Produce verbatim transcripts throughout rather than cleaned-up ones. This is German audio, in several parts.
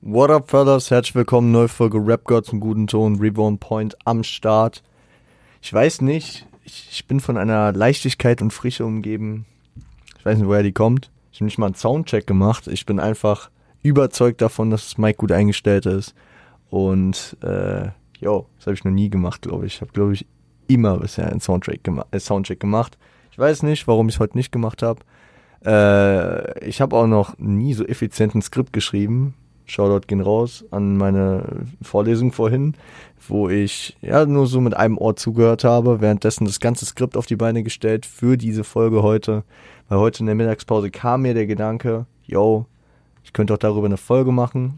What up, fellas? Herzlich willkommen, neue Folge Rap Gods im guten Ton, Reborn Point am Start. Ich weiß nicht, ich, ich bin von einer Leichtigkeit und Frische umgeben. Ich weiß nicht, woher die kommt. Ich habe nicht mal einen Soundcheck gemacht. Ich bin einfach überzeugt davon, dass das Mic gut eingestellt ist. Und, äh, yo, das habe ich noch nie gemacht, glaube ich. Ich habe, glaube ich, immer bisher einen Soundcheck, gema- äh, Soundcheck gemacht. Ich weiß nicht, warum ich es heute nicht gemacht habe. Äh, ich habe auch noch nie so effizient ein Skript geschrieben. Shoutout gehen raus an meine Vorlesung vorhin, wo ich ja nur so mit einem Ohr zugehört habe, währenddessen das ganze Skript auf die Beine gestellt für diese Folge heute. Weil heute in der Mittagspause kam mir der Gedanke, yo, ich könnte auch darüber eine Folge machen.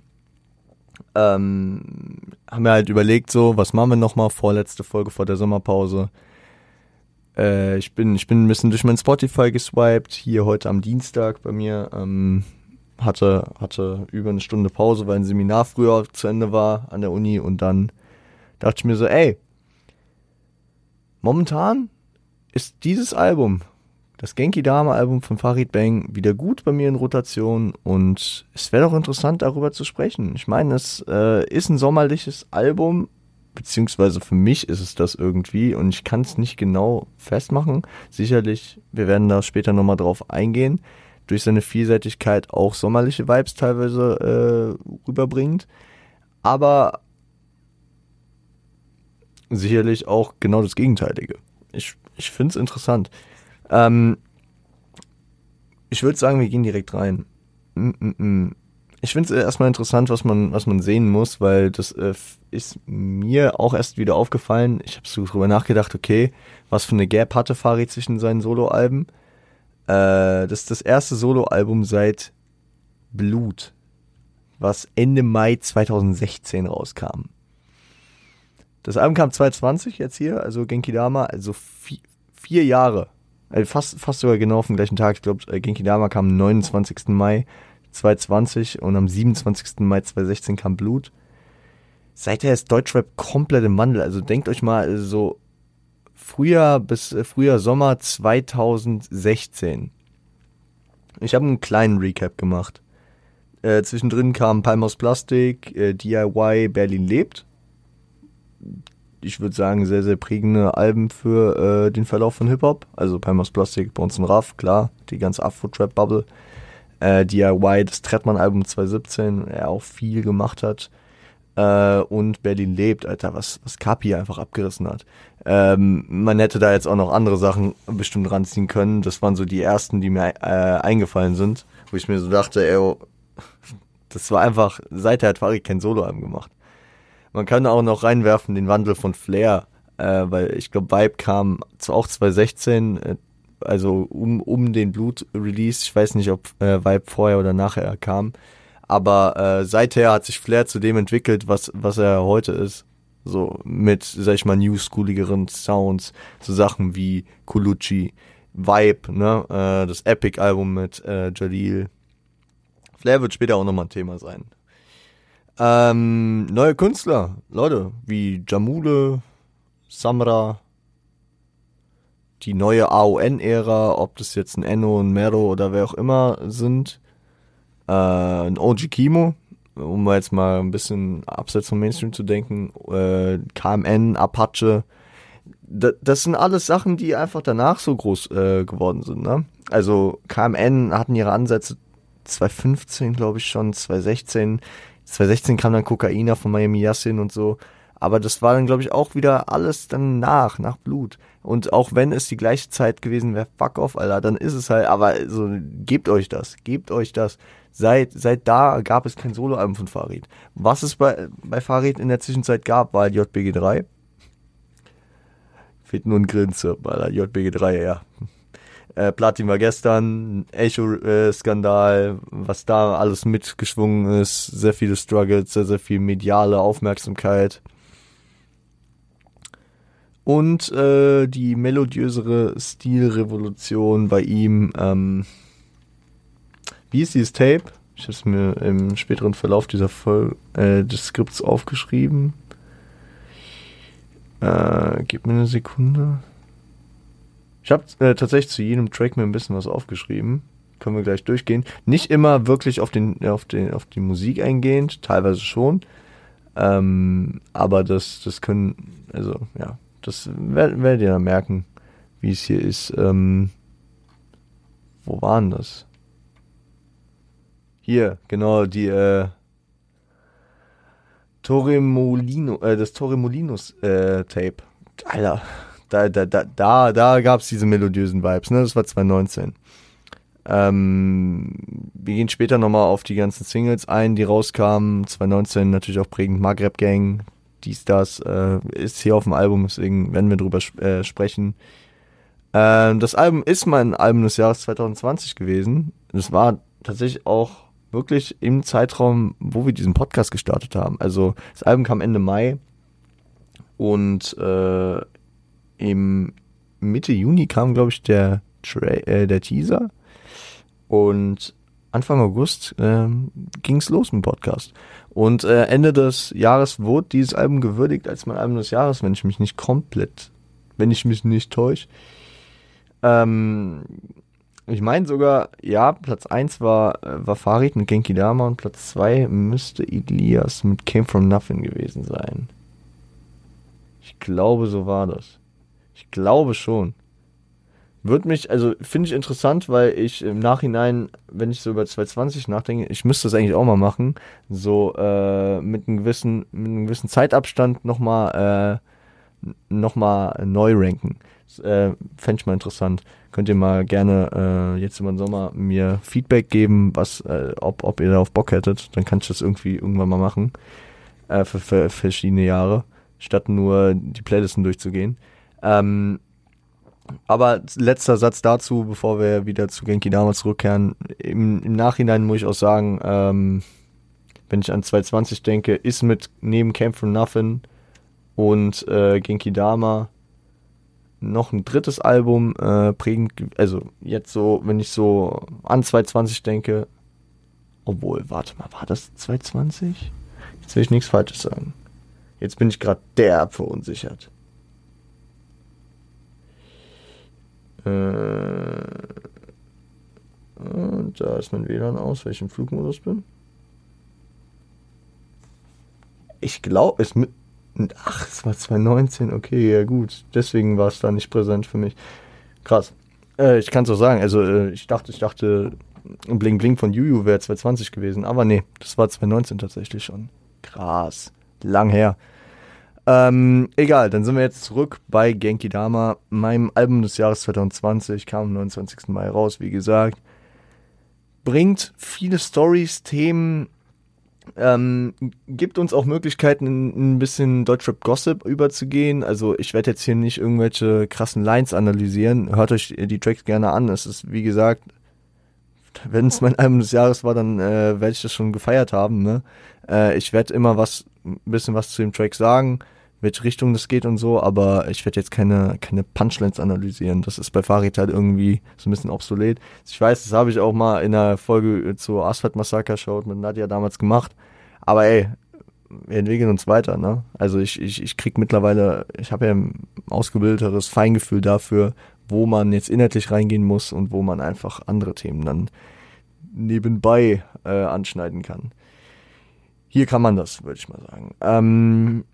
Ähm, haben wir halt überlegt so, was machen wir nochmal, vorletzte Folge vor der Sommerpause. Äh, ich bin, ich bin ein bisschen durch mein Spotify geswiped, hier heute am Dienstag bei mir, ähm, hatte, hatte über eine Stunde Pause, weil ein Seminar früher zu Ende war an der Uni und dann dachte ich mir so, ey, momentan ist dieses Album, das Genki Dama Album von Farid Bang, wieder gut bei mir in Rotation und es wäre doch interessant, darüber zu sprechen. Ich meine, es äh, ist ein sommerliches Album, beziehungsweise für mich ist es das irgendwie und ich kann es nicht genau festmachen. Sicherlich, wir werden da später nochmal drauf eingehen, durch seine Vielseitigkeit auch sommerliche Vibes teilweise äh, rüberbringt, aber sicherlich auch genau das Gegenteilige. Ich, ich finde es interessant. Ähm, ich würde sagen, wir gehen direkt rein. Ich finde es erstmal interessant, was man, was man sehen muss, weil das äh, ist mir auch erst wieder aufgefallen. Ich habe so drüber nachgedacht, okay, was für eine Gap hatte Farid zwischen seinen Soloalben. Äh, das ist das erste Soloalbum seit Blut, was Ende Mai zwanzig sechzehn rauskam. Das Album kam zwanzig zwanzig jetzt hier, also Genki Dama, also vier, vier Jahre, also fast, fast sogar genau auf den gleichen Tag. Ich glaube, Genki Dama kam am neunundzwanzigsten Mai zwanzig zwanzig und am siebenundzwanzigsten Mai zwanzig sechzehn kam Blut. Seither ist Deutschrap komplett im Wandel, also denkt euch mal, also so Frühjahr bis äh, Frühjahr, Sommer zwanzig sechzehn. Ich habe einen kleinen Recap gemacht. Äh, zwischendrin kam Palm aus Plastik, äh, D I Y, Berlin lebt. Ich würde sagen, sehr, sehr prägende Alben für äh, den Verlauf von Hip-Hop. Also Palm aus Plastik, Bronson Raff, klar, die ganze Afro-Trap-Bubble. Äh, D I Y, das Trettmann-Album zwanzig siebzehn, er auch viel gemacht hat. Äh, und Berlin lebt, Alter, was, was Kapi einfach abgerissen hat. Ähm, man hätte da jetzt auch noch andere Sachen bestimmt ranziehen können. Das waren so die ersten, die mir äh, eingefallen sind, wo ich mir so dachte, ey, das war einfach, seither hat Farid kein Soloalbum gemacht. Man kann auch noch reinwerfen den Wandel von Flair, äh, weil ich glaube, Vibe kam auch zwanzig sechzehn, äh, also um, um den Blut-Release. Ich weiß nicht, ob äh, Vibe vorher oder nachher kam. Aber äh, seither hat sich Flair zu dem entwickelt, was was er heute ist. So mit, sag ich mal, newschooligeren Sounds, so Sachen wie Colucci, Vibe, ne, äh, das Epic-Album mit äh, Jalil. Flair wird später auch nochmal ein Thema sein. Ähm, neue Künstler, Leute, wie Jamule, Samra, die neue A O N-Ära, ob das jetzt ein Enno, ein Mero oder wer auch immer sind. Äh, ein O G Kimo, um jetzt mal ein bisschen abseits vom Mainstream zu denken, äh, K M N, Apache, D- das sind alles Sachen, die einfach danach so groß äh, geworden sind, ne? Also K M N hatten ihre Ansätze zwanzig fünfzehn, glaube ich schon, zwanzig sechzehn, zwanzig sechzehn kam dann Kokaina von Miami Yassin und so, aber das war dann, glaube ich, auch wieder alles dann nach, nach Blut. Und auch wenn es die gleiche Zeit gewesen wäre, fuck off, Alter, dann ist es halt, aber so, gebt euch das, gebt euch das. Seit, seit da gab es kein Soloalbum von Farid. Was es bei, bei Farid in der Zwischenzeit gab, war J B G drei. Fehlt nur ein Grinse, Alter, J B G drei, ja. Äh, Platin war gestern, Echo-Skandal, was da alles mitgeschwungen ist, sehr viele Struggles, sehr, sehr viel mediale Aufmerksamkeit. Und äh, die melodiösere Stilrevolution bei ihm, ähm, wie ist dieses Tape? Ich habe es mir im späteren Verlauf dieser Folge äh, des Skripts aufgeschrieben. Äh, gib mir eine Sekunde. Ich habe äh, tatsächlich zu jedem Track mir ein bisschen was aufgeschrieben. können wir gleich durchgehen. Nicht immer wirklich auf den, auf den, auf die Musik eingehend, teilweise schon. Ähm, aber das, das können, also ja, das werdet, werdet ihr dann merken, wie es hier ist. Ähm, wo waren das? Hier, genau, die äh, Torremolino, äh, das Torremolinos äh, Tape. Alter, da, da, da, da, da gab's diese melodiösen Vibes, ne? Das war zwanzig neunzehn. Ähm, wir gehen später nochmal auf die ganzen Singles ein, die rauskamen. zwanzig neunzehn natürlich auch prägend Maghreb Gang, dies, das, äh, ist hier auf dem Album, deswegen werden wir drüber sp- äh, sprechen. Ähm, das Album ist mein Album des Jahres zwanzig zwanzig gewesen. Es war tatsächlich auch wirklich im Zeitraum, wo wir diesen Podcast gestartet haben. Also das Album kam Ende Mai und äh, im Mitte Juni kam, glaube ich, der, Tra- äh, der Teaser. Und Anfang August ähm, ging es los mit dem Podcast. Und äh, Ende des Jahres wurde dieses Album gewürdigt als mein Album des Jahres, wenn ich mich nicht komplett, wenn ich mich nicht täusche. Ähm, ich meine sogar, ja, Platz eins war, war Farid mit Genki Dama und Platz zwei müsste Elias mit Came From Nothing gewesen sein. Ich glaube, so war das. Ich glaube schon. Würde mich, also finde ich interessant, weil ich im Nachhinein, wenn ich so über zwanzig zwanzig nachdenke, ich müsste das eigentlich auch mal machen, so äh, mit einem gewissen, mit einem gewissen Zeitabstand nochmal äh, noch mal neu ranken. Das, äh, fände ich mal interessant. Könnt ihr mal gerne äh, jetzt über den Sommer mir Feedback geben, was, äh, ob, ob ihr darauf Bock hättet. Dann kann ich das irgendwie irgendwann mal machen. Äh, für, für verschiedene Jahre, statt nur die Playlisten durchzugehen. Ähm, Aber letzter Satz dazu, bevor wir wieder zu Genki Dama zurückkehren. Im, im Nachhinein muss ich auch sagen, ähm, wenn ich an zwanzig zwanzig denke, ist mit neben Came From Nothing und äh, Genki Dama noch ein drittes Album äh, prägend, also jetzt so, wenn ich so an zwanzig zwanzig denke, obwohl, warte mal, war das zwanzig zwanzig? Jetzt will ich nichts Falsches sagen. Jetzt bin ich gerade derb verunsichert. Und da ist mein W L A N aus, weil ich im Flugmodus bin. Ich glaube, es mit. Ach, es war zwanzig neunzehn, okay, ja gut. Deswegen war es da nicht präsent für mich. Krass. Äh, ich kann es auch sagen, also äh, ich dachte, ich dachte, Bling Bling von Juju wäre zwanzig zwanzig gewesen, aber nee, das war zwanzig neunzehn tatsächlich schon. Krass. Lang her. Ähm, egal, dann sind wir jetzt zurück bei Genki Dama. Meinem Album des Jahres zwanzig zwanzig kam am neunundzwanzigsten Mai raus, wie gesagt. Bringt viele Storys, Themen, ähm, gibt uns auch Möglichkeiten, ein bisschen Deutschrap-Gossip überzugehen. Also ich werde jetzt hier nicht irgendwelche krassen Lines analysieren. Hört euch die Tracks gerne an. Es ist, wie gesagt, wenn es mein Album des Jahres war, dann äh, werde ich das schon gefeiert haben. Ne? Äh, ich werde immer was, ein bisschen was zu dem Track sagen, welche Richtung das geht und so, aber ich werde jetzt keine, keine Punchlines analysieren. Das ist bei Farid halt irgendwie so ein bisschen obsolet. Ich weiß, das habe ich auch mal in einer Folge zur Asphalt Massaker Show mit Nadja damals gemacht. Aber ey, wir entwickeln uns weiter, ne? Also ich, ich, ich krieg mittlerweile, ich habe ja ein ausgebildeteres Feingefühl dafür, wo man jetzt inhaltlich reingehen muss und wo man einfach andere Themen dann nebenbei äh, anschneiden kann. Hier kann man das, würde ich mal sagen. Ähm,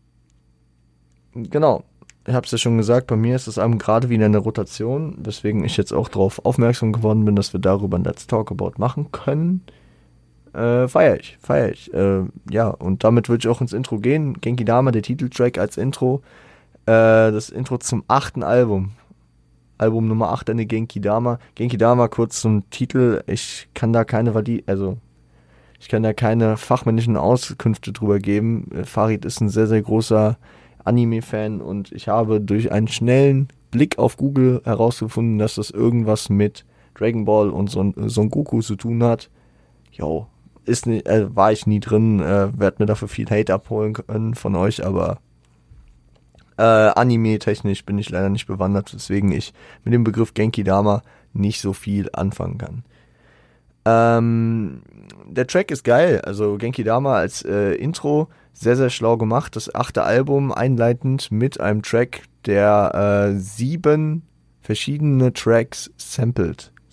genau, ich habe es ja schon gesagt, bei mir ist das Album gerade wieder in der Rotation, weswegen ich jetzt auch darauf aufmerksam geworden bin, dass wir darüber ein Let's Talk About machen können. Äh, feier ich, feier ich. Äh, ja, und damit würde ich auch ins Intro gehen. Genki Dama, der Titeltrack als Intro. Äh, das Intro zum achten Album. Album Nummer acht, eine Genki Dama. Genki Dama, kurz zum Titel. Ich kann da keine Valid, also ich kann da keine fachmännischen Auskünfte drüber geben. Äh, Farid ist ein sehr, sehr großer Anime-Fan und ich habe durch einen schnellen Blick auf Google herausgefunden, dass das irgendwas mit Dragon Ball und Son, Son Goku zu tun hat. Jo, ist nicht, äh, war ich nie drin, äh, werd mir dafür viel Hate abholen können von euch, aber äh, Anime-technisch bin ich leider nicht bewandert, weswegen ich mit dem Begriff Genki Dama nicht so viel anfangen kann. Ähm, der Track ist geil, also Genki Dama als äh, Intro, sehr, sehr schlau gemacht. Das achte Album einleitend mit einem Track, der äh, sieben verschiedene Tracks samplet.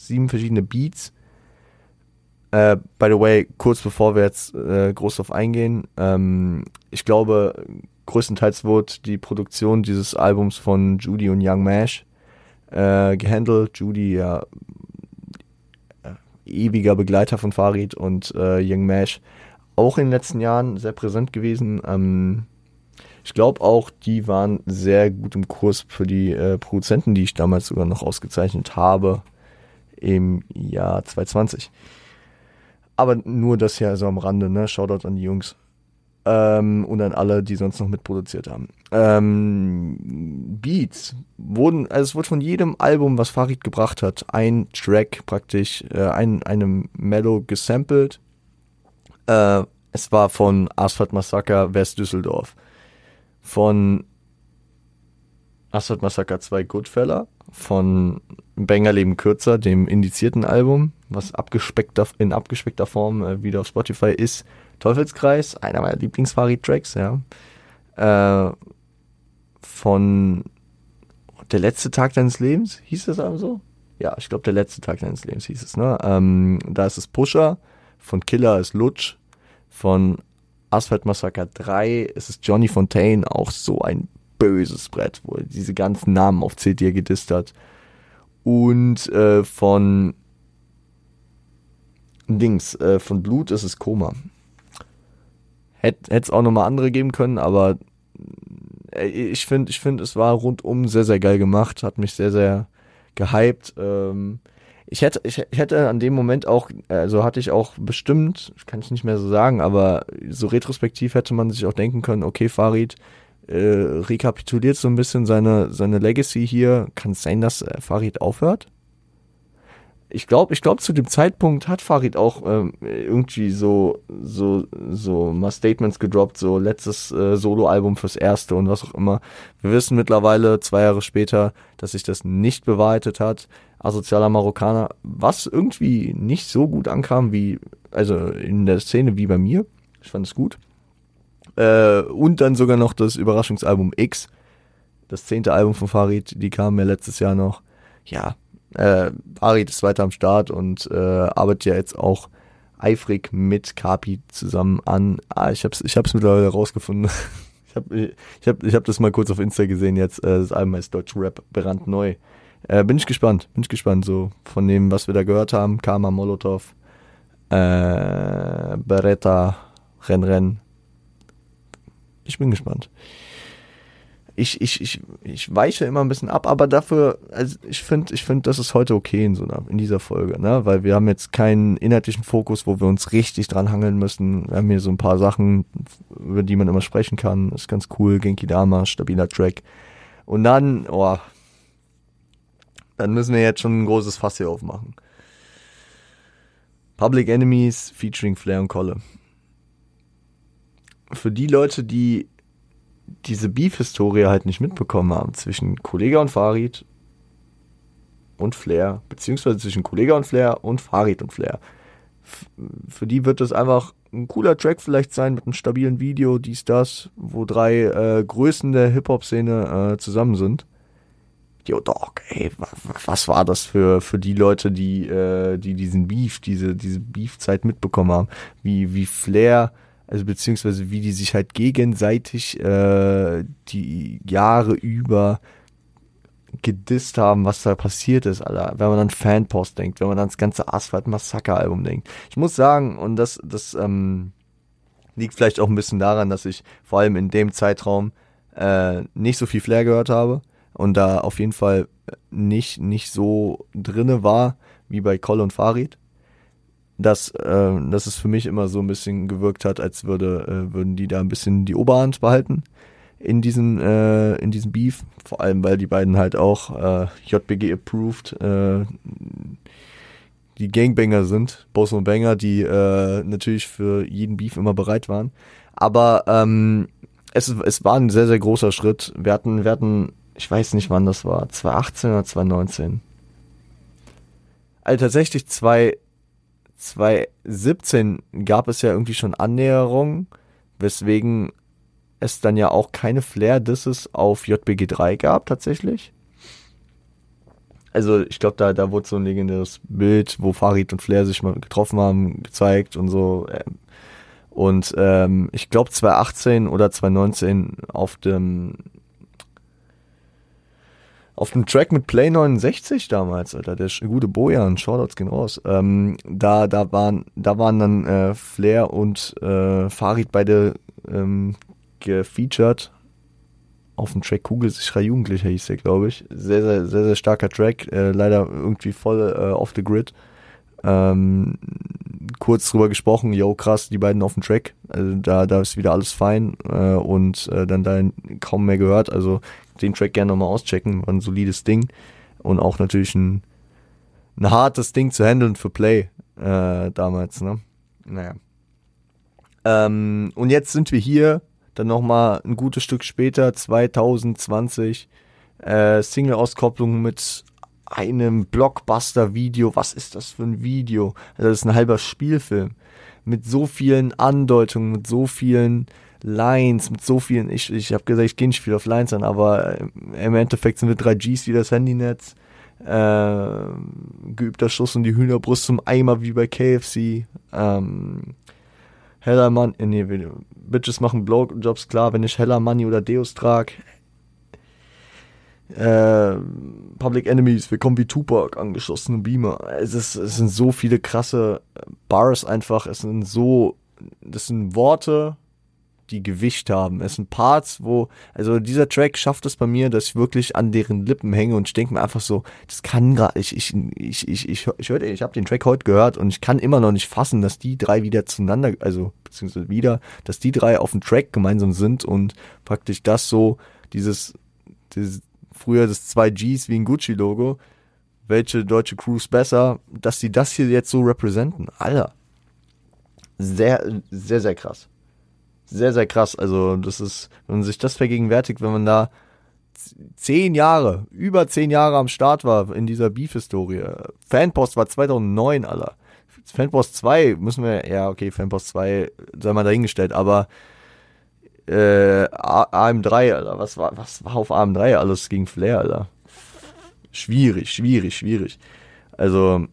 sieben verschiedene Beats. Äh, by the way, kurz bevor wir jetzt äh, groß drauf eingehen, ähm, ich glaube, größtenteils wurde die Produktion dieses Albums von Judy und Young Mash äh, gehandelt. Judy, ja, äh, ewiger Begleiter von Farid, und äh, Young Mash auch in den letzten Jahren sehr präsent gewesen. Ähm, ich glaube auch, die waren sehr gut im Kurs für die äh, Produzenten, die ich damals sogar noch ausgezeichnet habe im Jahr zwanzig zwanzig. Aber nur das hier so am Rande, ne? Shoutout an die Jungs. Ähm, und an alle, die sonst noch mitproduziert haben. Ähm, Beats wurden, also es wurde von jedem Album, was Farid gebracht hat, ein Track praktisch, äh, ein, eine Mellow gesampelt. Äh, es war von Asphalt Massaker West Düsseldorf, von Asphalt Massaker zwei Goodfella, von Banger Leben kürzer, dem indizierten Album, was abgespeckter, in abgespeckter Form äh, wieder auf Spotify ist. Teufelskreis, einer meiner Lieblings-Farid-Tracks, ja. Äh, von Der letzte Tag deines Lebens, hieß das Album so? Ja, ich glaube, Der letzte Tag deines Lebens hieß es, ne? Ähm, da ist es Pusher, von Killer ist Lutsch, von Asphalt Massaker drei ist es Johnny Fontaine, auch so ein böses Brett, wo er diese ganzen Namen aufzählt, die er gedisst hat. Und äh, von Dings, äh, von Blut ist es Koma. Hätte es auch nochmal andere geben können, aber äh, ich finde, ich finde, es war rundum sehr, sehr geil gemacht, hat mich sehr, sehr gehypt. Ähm, ich hätte, ich, ich hätte an dem Moment auch, also hatte ich auch bestimmt, kann ich nicht mehr so sagen, aber so retrospektiv hätte man sich auch denken können, okay, Farid äh, rekapituliert so ein bisschen seine, seine Legacy hier. Kann es sein, dass äh, Farid aufhört? Ich glaube, ich glaube, zu dem Zeitpunkt hat Farid auch ähm, irgendwie so, so, so mal Statements gedroppt, so letztes äh, Soloalbum fürs erste und was auch immer. Wir wissen mittlerweile, zwei Jahre später, dass sich das nicht bewahrheitet hat. Asozialer Marokkaner, was irgendwie nicht so gut ankam wie, also in der Szene wie bei mir. Ich fand es gut. Äh, und dann sogar noch das Überraschungsalbum X, das zehnte Album von Farid, die kam mir letztes Jahr noch. Ja, Äh, Farid ist weiter am Start und äh, arbeitet ja jetzt auch eifrig mit Kapi zusammen an. Ah, ich hab's, ich hab's mittlerweile rausgefunden. ich hab, ich hab, ich hab das mal kurz auf Insta gesehen jetzt. Äh, das Album heißt Deutsche Rap brandneu. Äh, bin ich gespannt, bin ich gespannt. So von dem, was wir da gehört haben, Karma, Molotov, äh, Beretta, Renn, Renn. Ich bin gespannt. Ich, ich, ich, ich weiche immer ein bisschen ab, aber dafür, also ich finde, ich finde, das ist heute okay in so einer, in dieser Folge, ne, weil wir haben jetzt keinen inhaltlichen Fokus, wo wir uns richtig dran hangeln müssen. Wir haben hier so ein paar Sachen, über die man immer sprechen kann. Ist ganz cool. Genki Dama, stabiler Track. Und dann, oh, dann müssen wir jetzt schon ein großes Fass hier aufmachen. Public Enemies featuring Flair und Kolle. Für die Leute, die diese Beef-Historie halt nicht mitbekommen haben zwischen Kollega und Farid und Flair, beziehungsweise zwischen Kollega und Flair und Farid und Flair. F- für die wird das einfach ein cooler Track vielleicht sein mit einem stabilen Video, dies, das, wo drei äh, Größen der Hip-Hop-Szene äh, zusammen sind. Yo, Dog, ey, was war das für für die Leute, die äh, die diesen Beef, diese diese Beef-Zeit mitbekommen haben, wie wie Flair, also beziehungsweise wie die sich halt gegenseitig äh, die Jahre über gedisst haben, was da passiert ist, Alter. Wenn man an Fanpost denkt, wenn man an das ganze Asphalt Massaker Album denkt. Ich muss sagen, und das das ähm, liegt vielleicht auch ein bisschen daran, dass ich vor allem in dem Zeitraum äh, nicht so viel Flair gehört habe und da auf jeden Fall nicht nicht so drinne war wie bei Kolle und Farid. Dass, äh, dass es für mich immer so ein bisschen gewirkt hat, als würde, äh, würden die da ein bisschen die Oberhand behalten in diesem, äh, in diesem Beef. Vor allem, weil die beiden halt auch äh, J B G approved äh, die Gangbanger sind, Boss und Banger, die äh, natürlich für jeden Beef immer bereit waren. Aber ähm, es, es war ein sehr, sehr großer Schritt. Wir hatten, wir hatten, ich weiß nicht wann das war, zwanzig achtzehn oder zwanzig neunzehn. Also tatsächlich zwei zwanzig siebzehn gab es ja irgendwie schon Annäherungen, weswegen es dann ja auch keine Flair-Disses auf J B G drei gab, tatsächlich. Also ich glaube, da, da wurde so ein legendäres Bild, wo Farid und Flair sich mal getroffen haben, gezeigt und so. Und ähm, ich glaube zwanzig achtzehn oder zwanzig neunzehn auf dem auf dem Track mit Play neunundsechzig damals, Alter, der gute Bojan, Shoutouts gehen raus. Ähm, da, da waren, da waren dann äh, Flair und äh, Farid beide ähm, gefeatured. Auf dem Track Kugelsicherer Jugendlicher hieß der, glaube ich. Sehr, sehr, sehr, sehr starker Track. Äh, leider irgendwie voll äh, off the grid. Ähm, kurz drüber gesprochen, yo, krass, die beiden auf dem Track. Also da, da ist wieder alles fein. Äh, und äh, dann da kaum mehr gehört. Also den Track gerne nochmal auschecken. War ein solides Ding. Und auch natürlich ein, ein hartes Ding zu handeln für Play äh, damals, ne? Naja. Ähm, und jetzt sind wir hier. Dann nochmal ein gutes Stück später, zwanzig zwanzig, äh, Single-Auskopplung mit einem Blockbuster-Video. Was ist das für ein Video? Also das ist ein halber Spielfilm. Mit so vielen Andeutungen, mit so vielen Lines, mit so vielen, ich, ich habe gesagt, ich gehe nicht viel auf Lines an, aber im Endeffekt sind wir drei Gs wie das Handynetz. Äh, geübter Schuss in die Hühnerbrust zum Eimer wie bei K F C. Ähm, Heller Mann, nee, Bitches machen Blowjobs, klar, wenn ich Heller Money oder Deos trag. Äh, Public Enemies, wir kommen wie Tupac, angeschossene Beamer. Es, ist, es sind so viele krasse Bars einfach, es sind so, das sind Worte, die Gewicht haben. Es sind Parts, wo, also dieser Track schafft es bei mir, dass ich wirklich an deren Lippen hänge und ich denke mir einfach so, das kann gerade, ich, ich, ich, ich, ich, ich, hör, ich habe den Track heute gehört und ich kann immer noch nicht fassen, dass die drei wieder zueinander, also beziehungsweise wieder, dass die drei auf dem Track gemeinsam sind und praktisch das so, dieses, dieses früher das zwei Gs wie ein Gucci-Logo, welche deutsche Crew ist besser, dass die das hier jetzt so representen. Alter. Sehr, sehr, sehr krass. Sehr, sehr krass. Also das ist, wenn man sich das vergegenwärtigt, wenn man da zehn Jahre, über zehn Jahre am Start war in dieser Beef-Historie. Fanpost war zweitausendneun, Alter. Fanpost zwei müssen wir, ja okay, Fanpost zwei sei mal dahingestellt, aber äh, A M drei, Alter, was war, was war auf A M drei alles gegen Flair, Alter? Schwierig, schwierig, schwierig. Also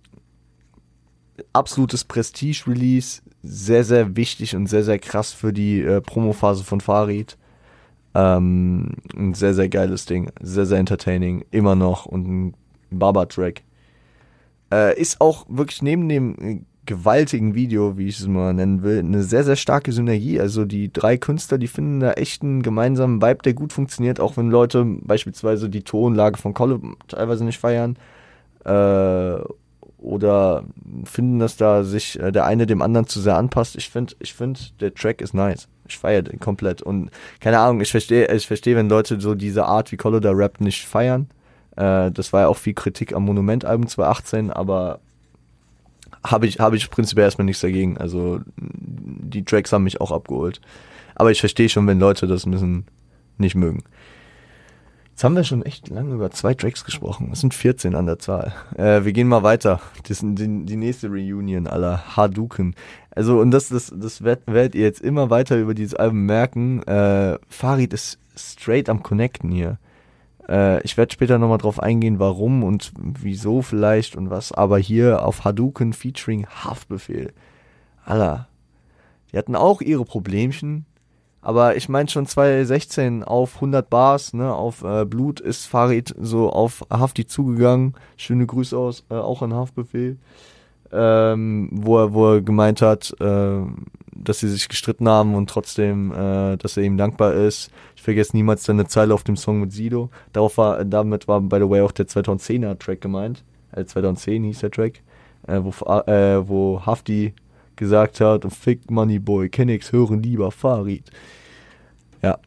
absolutes Prestige-Release, sehr, sehr wichtig und sehr, sehr krass für die äh, Promophase von Farid. Ähm, ein sehr, sehr geiles Ding, sehr, sehr entertaining, immer noch und ein Baba-Track. Äh, ist auch wirklich neben dem gewaltigen Video, wie ich es mal nennen will, eine sehr, sehr starke Synergie. Also die drei Künstler, die finden da echt einen gemeinsamen Vibe, der gut funktioniert, auch wenn Leute beispielsweise die Tonlage von Kolle teilweise nicht feiern. Äh, oder finden, dass da sich äh, der eine dem anderen zu sehr anpasst. Ich finde, ich finde, der Track ist nice. Ich feiere den komplett. Und keine Ahnung, ich verstehe, ich verstehe, wenn Leute so diese Art, wie Kolle da rappt, nicht feiern. Äh, das war ja auch viel Kritik am Monument-Album zwanzig achtzehn, aber habe ich, habe ich prinzipiell erstmal nichts dagegen. Also die Tracks haben mich auch abgeholt. Aber ich verstehe schon, wenn Leute das ein bisschen nicht mögen. Jetzt haben wir schon echt lange über zwei Tracks gesprochen. Es sind vierzehn an der Zahl. Äh, wir gehen mal weiter. Das ist die, die nächste Reunion aller Hadouken. Also, und das, das, das werdet, werdet ihr jetzt immer weiter über dieses Album merken. Äh, Farid ist straight am Connecten hier. Äh, ich werde später nochmal drauf eingehen, warum und wieso vielleicht und was. Aber hier auf Hadouken featuring Haftbefehl. Alter. Die hatten auch ihre Problemchen. Aber ich meine schon zwanzig sechzehn auf hundert Bars, ne, auf äh, Blut ist Farid so auf Hafti zugegangen. Schöne Grüße aus, äh, auch an Haftbefehl. Ähm, wo er, wo er gemeint hat, äh, dass sie sich gestritten haben und trotzdem, äh, dass er ihm dankbar ist. Ich vergesse niemals seine Zeile auf dem Song mit Sido. Darauf war, damit war, by the way, auch der zweitausendzehner Track gemeint. Äh, zweitausendzehn hieß der Track, äh, wo, äh, wo Hafti gesagt hat, Fick Money Boy, kenn nix, hören lieber Farid. Ja.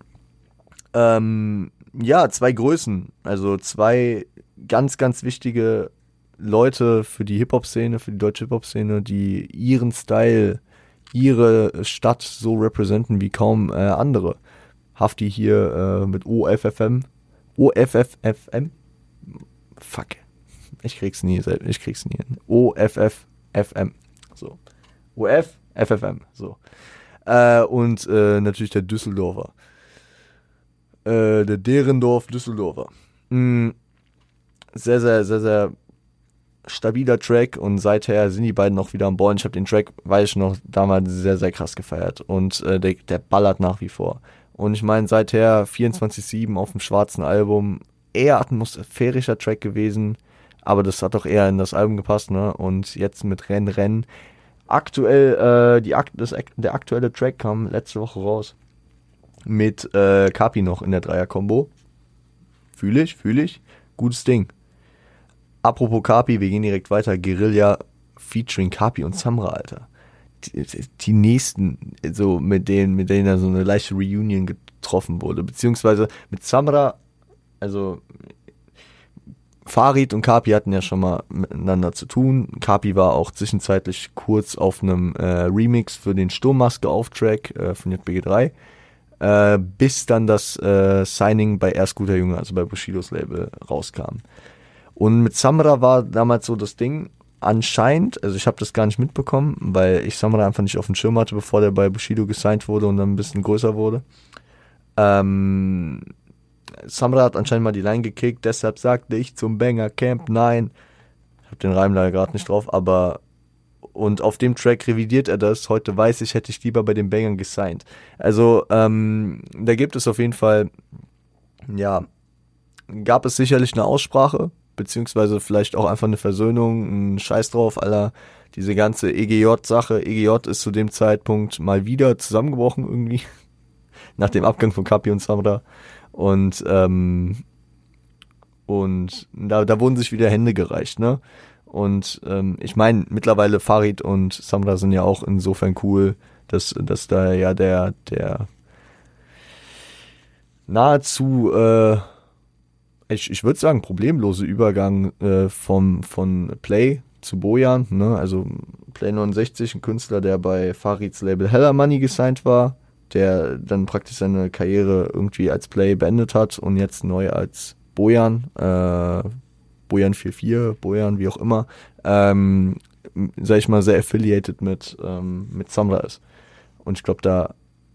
Ähm, ja, zwei Größen, also zwei ganz, ganz wichtige Leute für die Hip-Hop-Szene, für die deutsche Hip-Hop-Szene, die ihren Style, ihre Stadt so representen wie kaum äh, andere. Hafti hier äh, mit O F F M. O F F F M? Fuck. Ich krieg's nie, ich krieg's nie hin. O F F F M. So. O F F F M. So. Äh, und äh, natürlich der Düsseldorfer. Äh, der Derendorf Düsseldorfer. Mhm. sehr, sehr, sehr, sehr stabiler Track und seither sind die beiden auch wieder an Bord. Ich habe den Track, weiß ich noch, damals sehr, sehr krass gefeiert und äh, der, der ballert nach wie vor. Und ich meine, seither vierundzwanzig sieben auf dem schwarzen Album, eher atmosphärischer Track gewesen, aber das hat doch eher in das Album gepasst, ne? Und jetzt mit Renn, Renn. Aktuell, äh, die, das, der aktuelle Track kam letzte Woche raus. Mit äh, Kapi noch in der Dreier-Kombo. Fühle ich, fühle ich. Gutes Ding. Apropos Kapi, wir gehen direkt weiter. Guerilla featuring Kapi und Samra, Alter. Die, die nächsten, so mit denen, mit denen da so eine leichte Reunion getroffen wurde. Beziehungsweise mit Samra, also Farid und Kapi hatten ja schon mal miteinander zu tun. Kapi war auch zwischenzeitlich kurz auf einem äh, Remix für den Sturmmaske-Auftrack äh, von J B G drei. Äh, bis dann das äh, Signing bei Erst Guter Junge, also bei Bushidos Label, rauskam. Und mit Samra war damals so das Ding, anscheinend, also ich habe das gar nicht mitbekommen, weil ich Samra einfach nicht auf dem Schirm hatte, bevor der bei Bushido gesigned wurde und dann ein bisschen größer wurde. Ähm, Samra hat anscheinend mal die Line gekickt, deshalb sagte ich zum Banger Camp nein. Ich habe den Reim leider gerade nicht drauf, aber und auf dem Track revidiert er das. Heute weiß ich, hätte ich lieber bei den Bangern gesigned. Also, ähm, da gibt es auf jeden Fall, ja, gab es sicherlich eine Aussprache, beziehungsweise vielleicht auch einfach eine Versöhnung, ein Scheiß drauf, Alter. Diese ganze E G J-Sache. E G J ist zu dem Zeitpunkt mal wieder zusammengebrochen irgendwie. Nach dem Abgang von Kapi und Samra. Und, ähm, und da, da wurden sich wieder Hände gereicht, ne? Und ähm, ich meine, mittlerweile Farid und Samra sind ja auch insofern cool, dass, dass da ja der, der nahezu, äh, ich, ich würde sagen, problemlose Übergang äh, vom, von Play zu Bojan, ne? Also Play neunundsechzig, ein Künstler, der bei Farids Label Hella Money gesigned war, der dann praktisch seine Karriere irgendwie als Play beendet hat und jetzt neu als Bojan, äh, Bojan vier vier, Bojan, wie auch immer, ähm, sag ich mal, sehr affiliated mit, ähm, mit Samra ist. Und ich glaube, da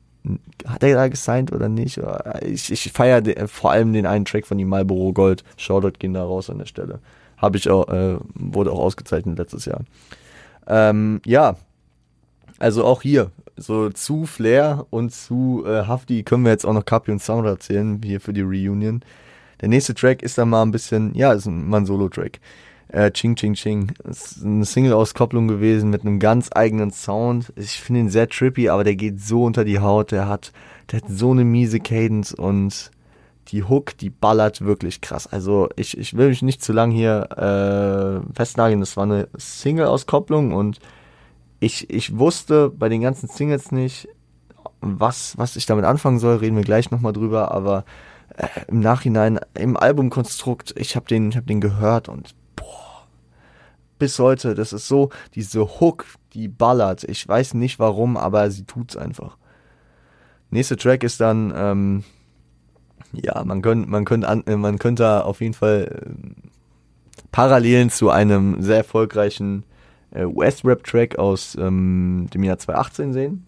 hat er da gesigned oder nicht? Ich, ich feiere vor allem den einen Track von ihm, Marlboro Gold. Shoutout gehen da raus an der Stelle. Habe ich auch, äh, wurde auch ausgezeichnet letztes Jahr. Ähm, ja, also auch hier, so zu Flair und zu äh, Hafti können wir jetzt auch noch Kapi und Samra erzählen, hier für die Reunion. Der nächste Track ist dann mal ein bisschen, ja, ist mal ein Solo-Track. Äh, Ching Ching Ching. Das ist eine Single-Auskopplung gewesen mit einem ganz eigenen Sound. Ich finde ihn sehr trippy, aber der geht so unter die Haut. Der hat, der hat so eine miese Cadence und die Hook, die ballert wirklich krass. Also ich, ich will mich nicht zu lang hier äh, festnageln. Das war eine Single-Auskopplung und ich, ich wusste bei den ganzen Singles nicht, was, was ich damit anfangen soll. Reden wir gleich nochmal drüber, aber äh, im Nachhinein, im Albumkonstrukt, ich habe den, ich hab den gehört und boah, bis heute, das ist so, diese Hook, die ballert. Ich weiß nicht warum, aber sie tut's einfach. Nächster Track ist dann, ähm, ja, man könnte, man könnte, an, man könnte auf jeden Fall äh, Parallelen zu einem sehr erfolgreichen äh, U S-Rap-Track aus ähm, dem Jahr zwanzig achtzehn sehen.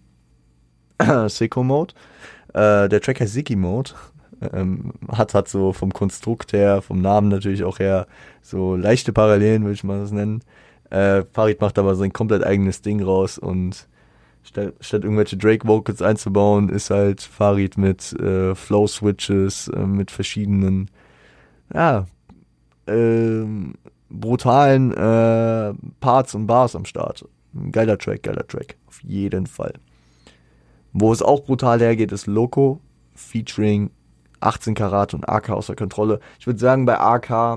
Sicko Mode. Äh, der Track heißt Sicky Mode. Ähm, hat, hat so vom Konstrukt her, vom Namen natürlich auch her, so leichte Parallelen, würde ich mal das nennen. Äh, Farid macht aber sein komplett eigenes Ding raus und statt, statt irgendwelche Drake-Vocals einzubauen, ist halt Farid mit äh, Flow-Switches, äh, mit verschiedenen, ja, äh, brutalen äh, Parts und Bars am Start. Geiler Track, geiler Track, auf jeden Fall. Wo es auch brutal hergeht, ist Loco featuring achtzehn Karat und A K außer Kontrolle. Ich würde sagen, bei A K,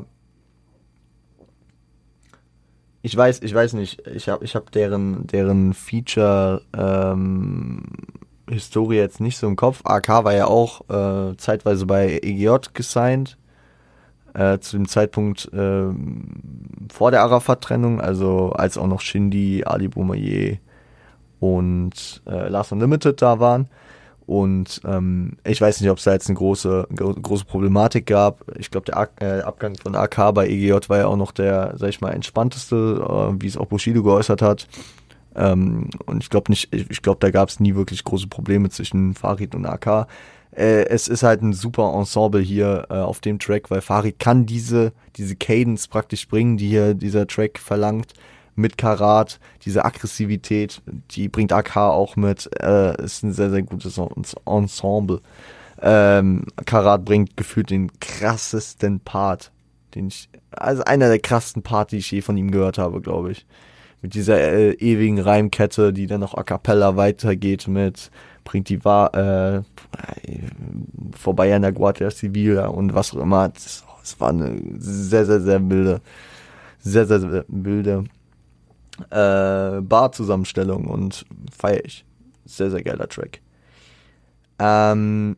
ich weiß, ich weiß nicht, ich habe ich hab deren, deren Feature ähm, Historie jetzt nicht so im Kopf. A K war ja auch äh, zeitweise bei E G J gesigned, äh, zu dem Zeitpunkt äh, vor der Arafat-Trennung, also als auch noch Shindy, Ali Boumaier und äh, Last Unlimited da waren. Und ähm, ich weiß nicht, ob es da jetzt eine große gro- große Problematik gab. Ich glaube, der A- äh, Abgang von A K bei E G J war ja auch noch der, sag ich mal, entspannteste, äh, wie es auch Bushido geäußert hat. Ähm, und ich glaube nicht, ich, ich glaube, da gab es nie wirklich große Probleme zwischen Farid und A K. äh, es ist halt ein super Ensemble hier äh, auf dem Track, weil Farid kann diese, diese Cadence praktisch bringen, die hier dieser Track verlangt, mit Karat, diese Aggressivität, die bringt A K auch mit, äh, ist ein sehr, sehr gutes Ensemble. Ähm, Karat bringt gefühlt den krassesten Part, den ich, also einer der krassesten Part, die ich je von ihm gehört habe, glaube ich. Mit dieser äh, ewigen Reimkette, die dann noch a cappella weitergeht mit bringt die Wahr, äh, vorbei an der Guardia Civil und was auch immer. Es war eine sehr, sehr, sehr wilde, sehr, sehr, sehr wilde äh, Bar-Zusammenstellung und feier ich. Sehr, sehr geiler Track. Ähm,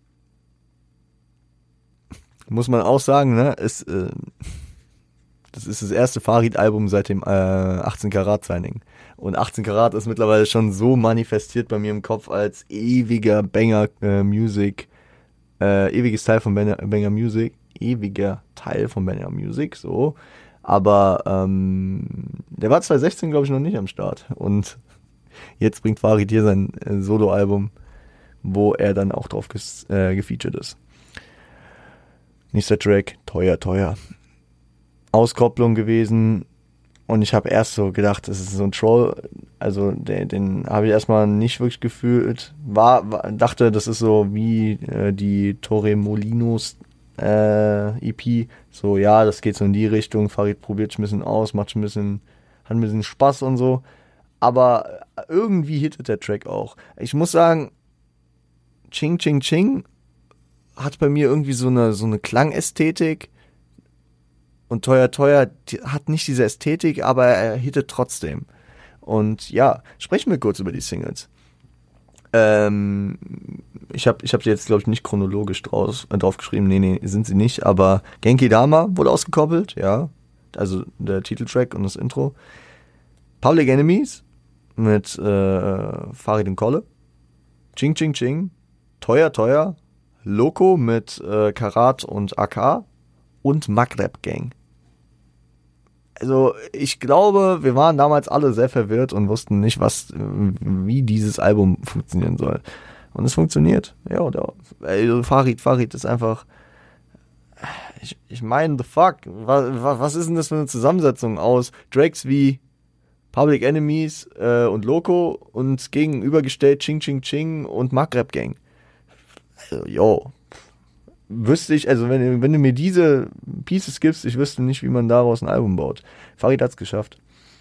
muss man auch sagen, ne, ist, äh, das ist das erste Farid-Album seit dem äh, achtzehn Karat Signing. Und achtzehn Karat ist mittlerweile schon so manifestiert bei mir im Kopf als ewiger Banger äh, Music, äh, ewiges Teil von Banger, Banger Music, ewiger Teil von Banger Music, so. Aber ähm, der war zwanzig sechzehn, glaube ich, noch nicht am Start. Und jetzt bringt Farid hier sein äh, Solo-Album, wo er dann auch drauf ges- äh, gefeatured ist. Nächster Track, teuer, teuer. Auskopplung gewesen und ich habe erst so gedacht, das ist so ein Troll, also den, den habe ich erstmal nicht wirklich gefühlt, war, war dachte, das ist so wie äh, die Torremolinos äh, E P, so ja, das geht so in die Richtung, Farid probiert ein bisschen aus, macht ein bisschen, hat ein bisschen Spaß und so, aber irgendwie hittet der Track auch. Ich muss sagen, Ching Ching Ching hat bei mir irgendwie so eine, so eine Klangästhetik. Und teuer, teuer die, hat nicht diese Ästhetik, aber er hittet trotzdem. Und ja, sprechen wir kurz über die Singles. Ähm, ich habe ich hab sie jetzt, glaube ich, nicht chronologisch draus, äh, draufgeschrieben. Nee, nee, sind sie nicht. Aber Genki Dama wurde ausgekoppelt, ja. Also der Titeltrack und das Intro. Public Enemies mit äh, Farid und Kolle. Ching Ching Ching. Teuer, teuer. Loco mit äh, Karat und A K. Und Maghreb Gang. Also ich glaube, wir waren damals alle sehr verwirrt und wussten nicht, was, wie dieses Album funktionieren soll. Und es funktioniert. Ja, oder? Also Farid, Farid ist einfach. Ich, ich meine, the fuck. Was, was ist denn das für eine Zusammensetzung aus Tracks wie Public Enemies äh, und Loco und gegenübergestellt Ching Ching Ching und Maghreb Gang? Also, yo. Wüsste ich, also wenn, wenn du mir diese Pieces gibst, ich wüsste nicht, wie man daraus ein Album baut. Farid hat's geschafft.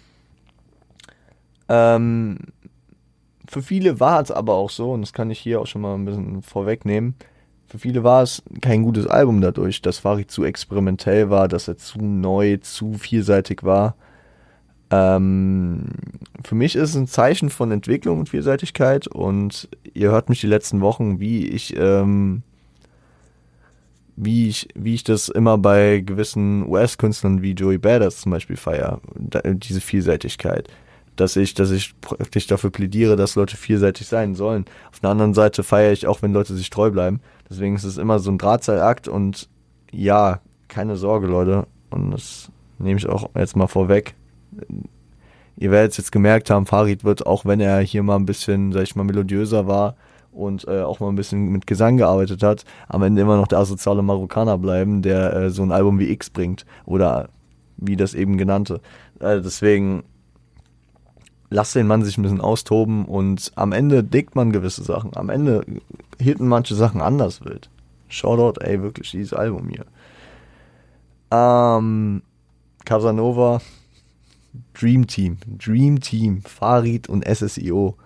Ähm, für viele war es aber auch so, und das kann ich hier auch schon mal ein bisschen vorwegnehmen, für viele war es kein gutes Album dadurch, dass Farid zu experimentell war, dass er zu neu, zu vielseitig war. Ähm, für mich ist es ein Zeichen von Entwicklung und Vielseitigkeit und ihr hört mich die letzten Wochen, wie ich ähm, wie ich, wie ich das immer bei gewissen U S-Künstlern wie Joey Badass zum Beispiel feiere, diese Vielseitigkeit. Dass ich, dass ich praktisch dafür plädiere, dass Leute vielseitig sein sollen. Auf der anderen Seite feiere ich auch, wenn Leute sich treu bleiben. Deswegen ist es immer so ein Drahtseilakt und ja, keine Sorge, Leute. Und das nehme ich auch jetzt mal vorweg. Ihr werdet es jetzt gemerkt haben, Farid wird, auch wenn er hier mal ein bisschen, sag ich mal, melodiöser war, und äh, auch mal ein bisschen mit Gesang gearbeitet hat, am Ende immer noch der asoziale Marokkaner bleiben, der äh, so ein Album wie X bringt. Oder wie das eben genannte. Äh, deswegen lasst den Mann sich ein bisschen austoben und am Ende dickt man gewisse Sachen. Am Ende hitten manche Sachen anders wild. Shoutout, ey, wirklich, dieses Album hier. Ähm, Casanova, Dream Team. Dream Team, Farid und S S I O.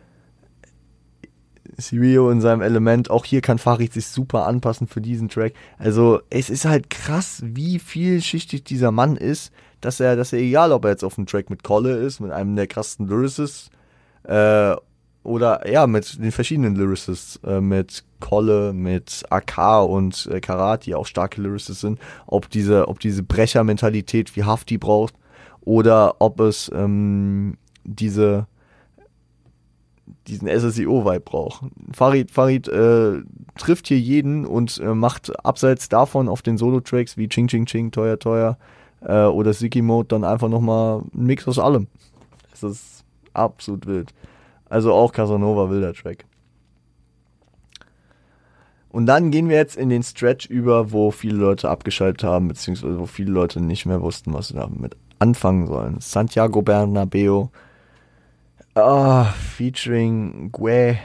Sirio in seinem Element, auch hier kann Farid sich super anpassen für diesen Track. Also es ist halt krass, wie vielschichtig dieser Mann ist, dass er, dass er egal, ob er jetzt auf einem Track mit Kolle ist, mit einem der krassesten Lyricists, äh, oder ja, mit den verschiedenen Lyricists, äh, mit Kolle, mit A K und äh, Karat, die auch starke Lyricists sind, ob diese, ob diese Brechermentalität wie Hafti braucht, oder ob es ähm, diese diesen S S I O-Vibe braucht. Farid, Farid äh, trifft hier jeden und äh, macht abseits davon auf den Solo-Tracks wie Ching Ching Ching, Teuer Teuer äh, oder Siki Mode dann einfach nochmal ein Mix aus allem. Es ist absolut wild. Also auch Casanova, wilder Track. Und dann gehen wir jetzt in den Stretch über, wo viele Leute abgeschaltet haben, beziehungsweise wo viele Leute nicht mehr wussten, was sie damit anfangen sollen. Santiago Bernabéu, ah, featuring Gue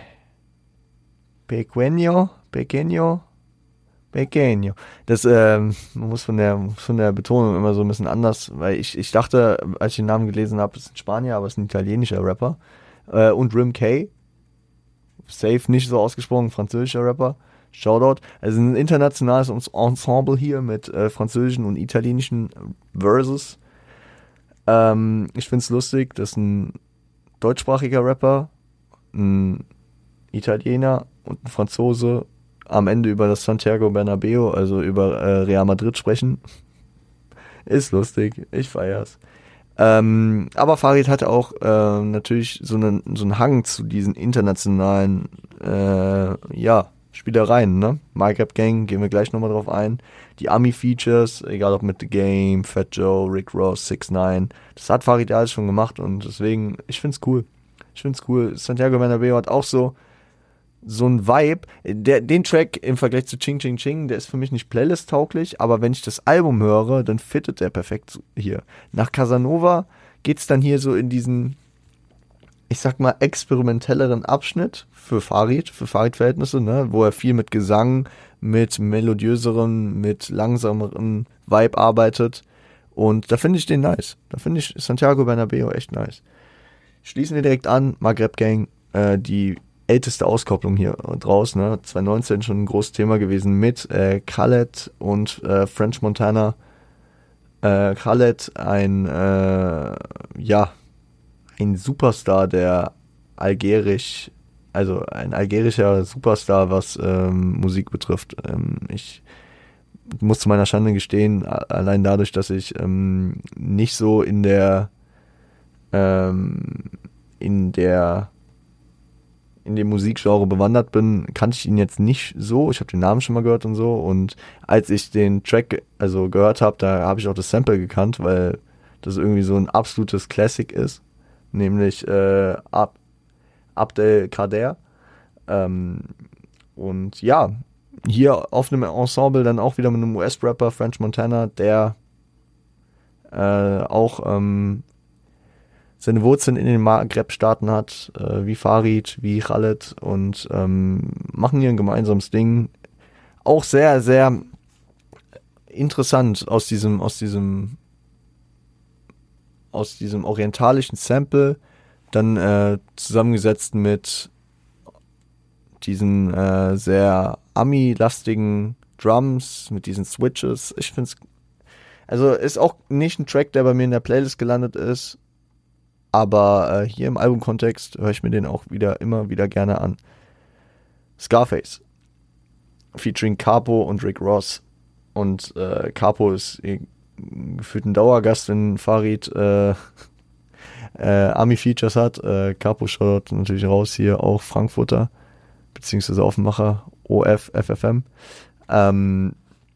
Pequeño, Pequeño, Pequeño. Das ähm, man muss von der von der Betonung immer so ein bisschen anders, weil ich ich dachte, als ich den Namen gelesen habe, ist ein Spanier, aber es ist ein italienischer Rapper. Äh, und Rim K, safe nicht so ausgesprochen, französischer Rapper. Shoutout. Also ein internationales Ensemble hier mit äh, französischen und italienischen Verses. Ähm, ich find's lustig, dass ein deutschsprachiger Rapper, ein Italiener und ein Franzose am Ende über das Santiago Bernabéu, also über äh, Real Madrid sprechen. Ist lustig, ich feier's. Ähm, aber Farid hatte auch äh, natürlich so einen, so einen Hang zu diesen internationalen, äh, ja, Spielereien, ne? My Rap Gang, gehen wir gleich nochmal drauf ein. Die Ami-Features, egal ob mit The Game, Fat Joe, Rick Ross, six nine, das hat Farid ja alles schon gemacht und deswegen, ich find's cool. Ich find's cool. Santiago Bernabéu hat auch so so ein Vibe. Der, den Track im Vergleich zu Ching Ching Ching, der ist für mich nicht Playlist-tauglich, aber wenn ich das Album höre, dann fittet der perfekt hier. Nach Casanova geht's dann hier so in diesen, ich sag mal, experimentelleren Abschnitt für Farid, für Farid-Verhältnisse, ne, wo er viel mit Gesang, mit melodiöseren, mit langsameren Vibe arbeitet. Und da finde ich den nice. Da finde ich Santiago Bernabéu echt nice. Schließen wir direkt an, Maghreb Gang, äh, die älteste Auskopplung hier draus, ne, zwanzig neunzehn schon ein großes Thema gewesen mit äh, Khaled und äh, French Montana. Äh, Khaled, ein, äh, ja, ein Superstar, der algerisch, also ein algerischer Superstar, was ähm, Musik betrifft. Ähm, ich muss zu meiner Schande gestehen, allein dadurch, dass ich ähm, nicht so in der ähm, in der in dem Musikgenre bewandert bin, kannte ich ihn jetzt nicht so. Ich habe den Namen schon mal gehört und so. Und als ich den Track also gehört habe, da habe ich auch das Sample gekannt, weil das irgendwie so ein absolutes Classic ist. Nämlich äh, Ab Abdel Kader. Ähm, und ja, hier auf einem Ensemble dann auch wieder mit einem U S-Rapper, French Montana, der äh, auch ähm, seine Wurzeln in den Maghreb-Staaten hat, äh, wie Farid, wie Khaled und ähm, machen hier ein gemeinsames Ding. Auch sehr, sehr interessant aus diesem, aus diesem, aus diesem orientalischen Sample, dann äh, zusammengesetzt mit diesen äh, sehr Ami-lastigen Drums, mit diesen Switches. Ich find's, also ist auch nicht ein Track, der bei mir in der Playlist gelandet ist, aber äh, hier im Albumkontext höre ich mir den auch wieder immer wieder gerne an. Scarface featuring Capo und Rick Ross. Und äh, Capo ist gefühlt ein Dauergast, wenn Farid äh, äh, Ami-Features hat. Äh, Capo schaut natürlich raus hier, auch Frankfurter, beziehungsweise Aufmacher, O F, F F M. Ähm,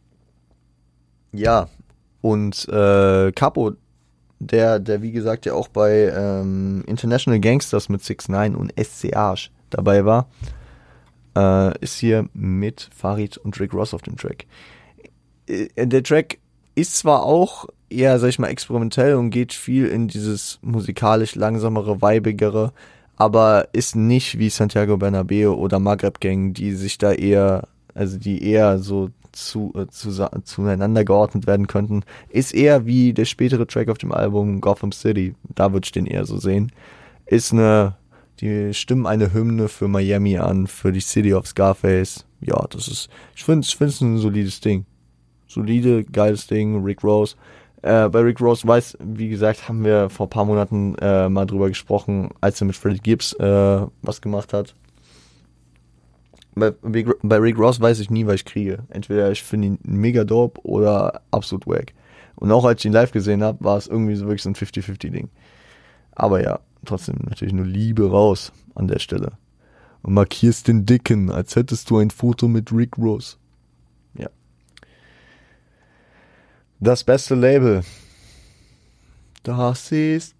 ja, und äh, Capo, der, der wie gesagt ja auch bei ähm, International Gangsters mit six nine und S C Arsch dabei war, äh, ist hier mit Farid und Rick Ross auf dem Track. Äh, der Track ist zwar auch eher, sag ich mal, experimentell und geht viel in dieses musikalisch langsamere, weibigere, aber ist nicht wie Santiago Bernabéu oder Maghreb Gang, die sich da eher, also die eher so zu, äh, zu, zueinander geordnet werden könnten, ist eher wie der spätere Track auf dem Album Gotham City, da würde ich den eher so sehen, ist eine, die stimmen eine Hymne für Miami an, für die City of Scarface, ja, das ist, ich finde ich finde es ein solides Ding, solide, geiles Ding, Rick Ross. Äh, bei Rick Ross weiß, wie gesagt, haben wir vor ein paar Monaten äh, mal drüber gesprochen, als er mit Freddie Gibbs äh, was gemacht hat. Bei, bei Rick Ross weiß ich nie, was ich kriege. Entweder ich finde ihn mega dope oder absolut wack. Und auch als ich ihn live gesehen habe, war es irgendwie so wirklich so ein fifty fifty Ding. Aber ja, trotzdem natürlich nur Liebe raus an der Stelle. Und markierst den Dicken, als hättest du ein Foto mit Rick Ross. Ja. Das beste Label. Das ist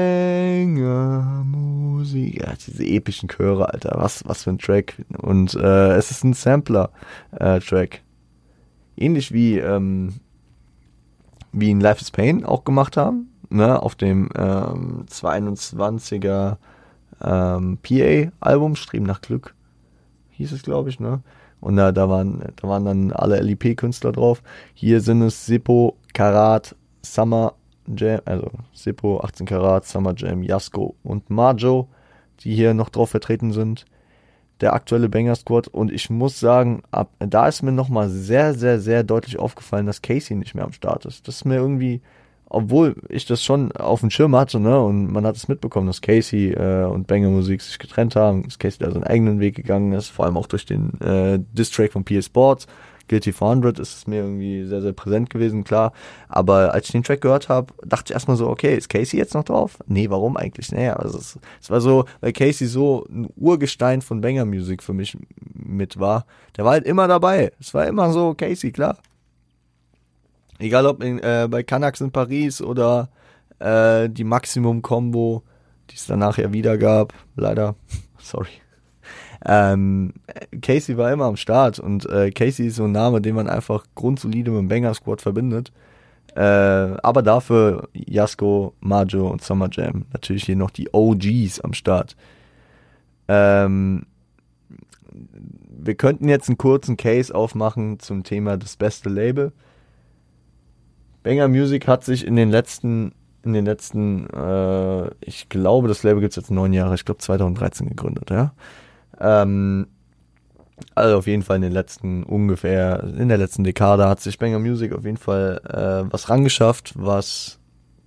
Banger-Musik. Ja, diese epischen Chöre, Alter. Was, was für ein Track. Und äh, es ist ein Sampler-Track. Ähnlich wie, ähm, wie in Life is Pain auch gemacht haben. Ne? Auf dem ähm, zweihunderteinundzwanziger ähm, P A-Album, Streben nach Glück, hieß es, glaube ich, ne? Und da, da, waren, da waren dann alle L I P-Künstler drauf. Hier sind es Sippo, Karat, Summer Jam, also Sippo, achtzehn Karat, Summer Jam, Yasko und Majo, die hier noch drauf vertreten sind. Der aktuelle Banger Squad. Und ich muss sagen, ab, da ist mir nochmal sehr, sehr, sehr deutlich aufgefallen, dass Casey nicht mehr am Start ist. Das ist mir irgendwie, obwohl ich das schon auf dem Schirm hatte, ne, und man hat es mitbekommen, dass Casey äh, und Banger Musik sich getrennt haben, dass Casey da seinen eigenen Weg gegangen ist, vor allem auch durch den äh, Diss-Track von P A Sports. Guilty for hundred ist es mir irgendwie sehr, sehr präsent gewesen, klar. Aber als ich den Track gehört habe, dachte ich erstmal so, okay, ist Casey jetzt noch drauf? Nee, warum eigentlich? Naja, also es, es war so, weil Casey so ein Urgestein von Banger Music für mich mit war. Der war halt immer dabei. Es war immer so, Casey, klar. Egal ob in, äh, bei Canax in Paris oder äh, die Maximum-Combo, die es danach ja wieder gab. Leider. Sorry. Ähm, Casey war immer am Start und äh, Casey ist so ein Name, den man einfach grundsolide mit dem Banger Squad verbindet. Äh, aber dafür Yasko, Majo und Summer Jam. Natürlich hier noch die O Gs am Start. Ähm, wir könnten jetzt einen kurzen Case aufmachen zum Thema das beste Label. Banger Music hat sich in den letzten, in den letzten, äh, ich glaube, das Label gibt es jetzt neun Jahre, ich glaube zweitausenddreizehn gegründet, ja. Ähm, also auf jeden Fall in den letzten, ungefähr, in der letzten Dekade hat sich Banger Music auf jeden Fall äh, was rangeschafft, was,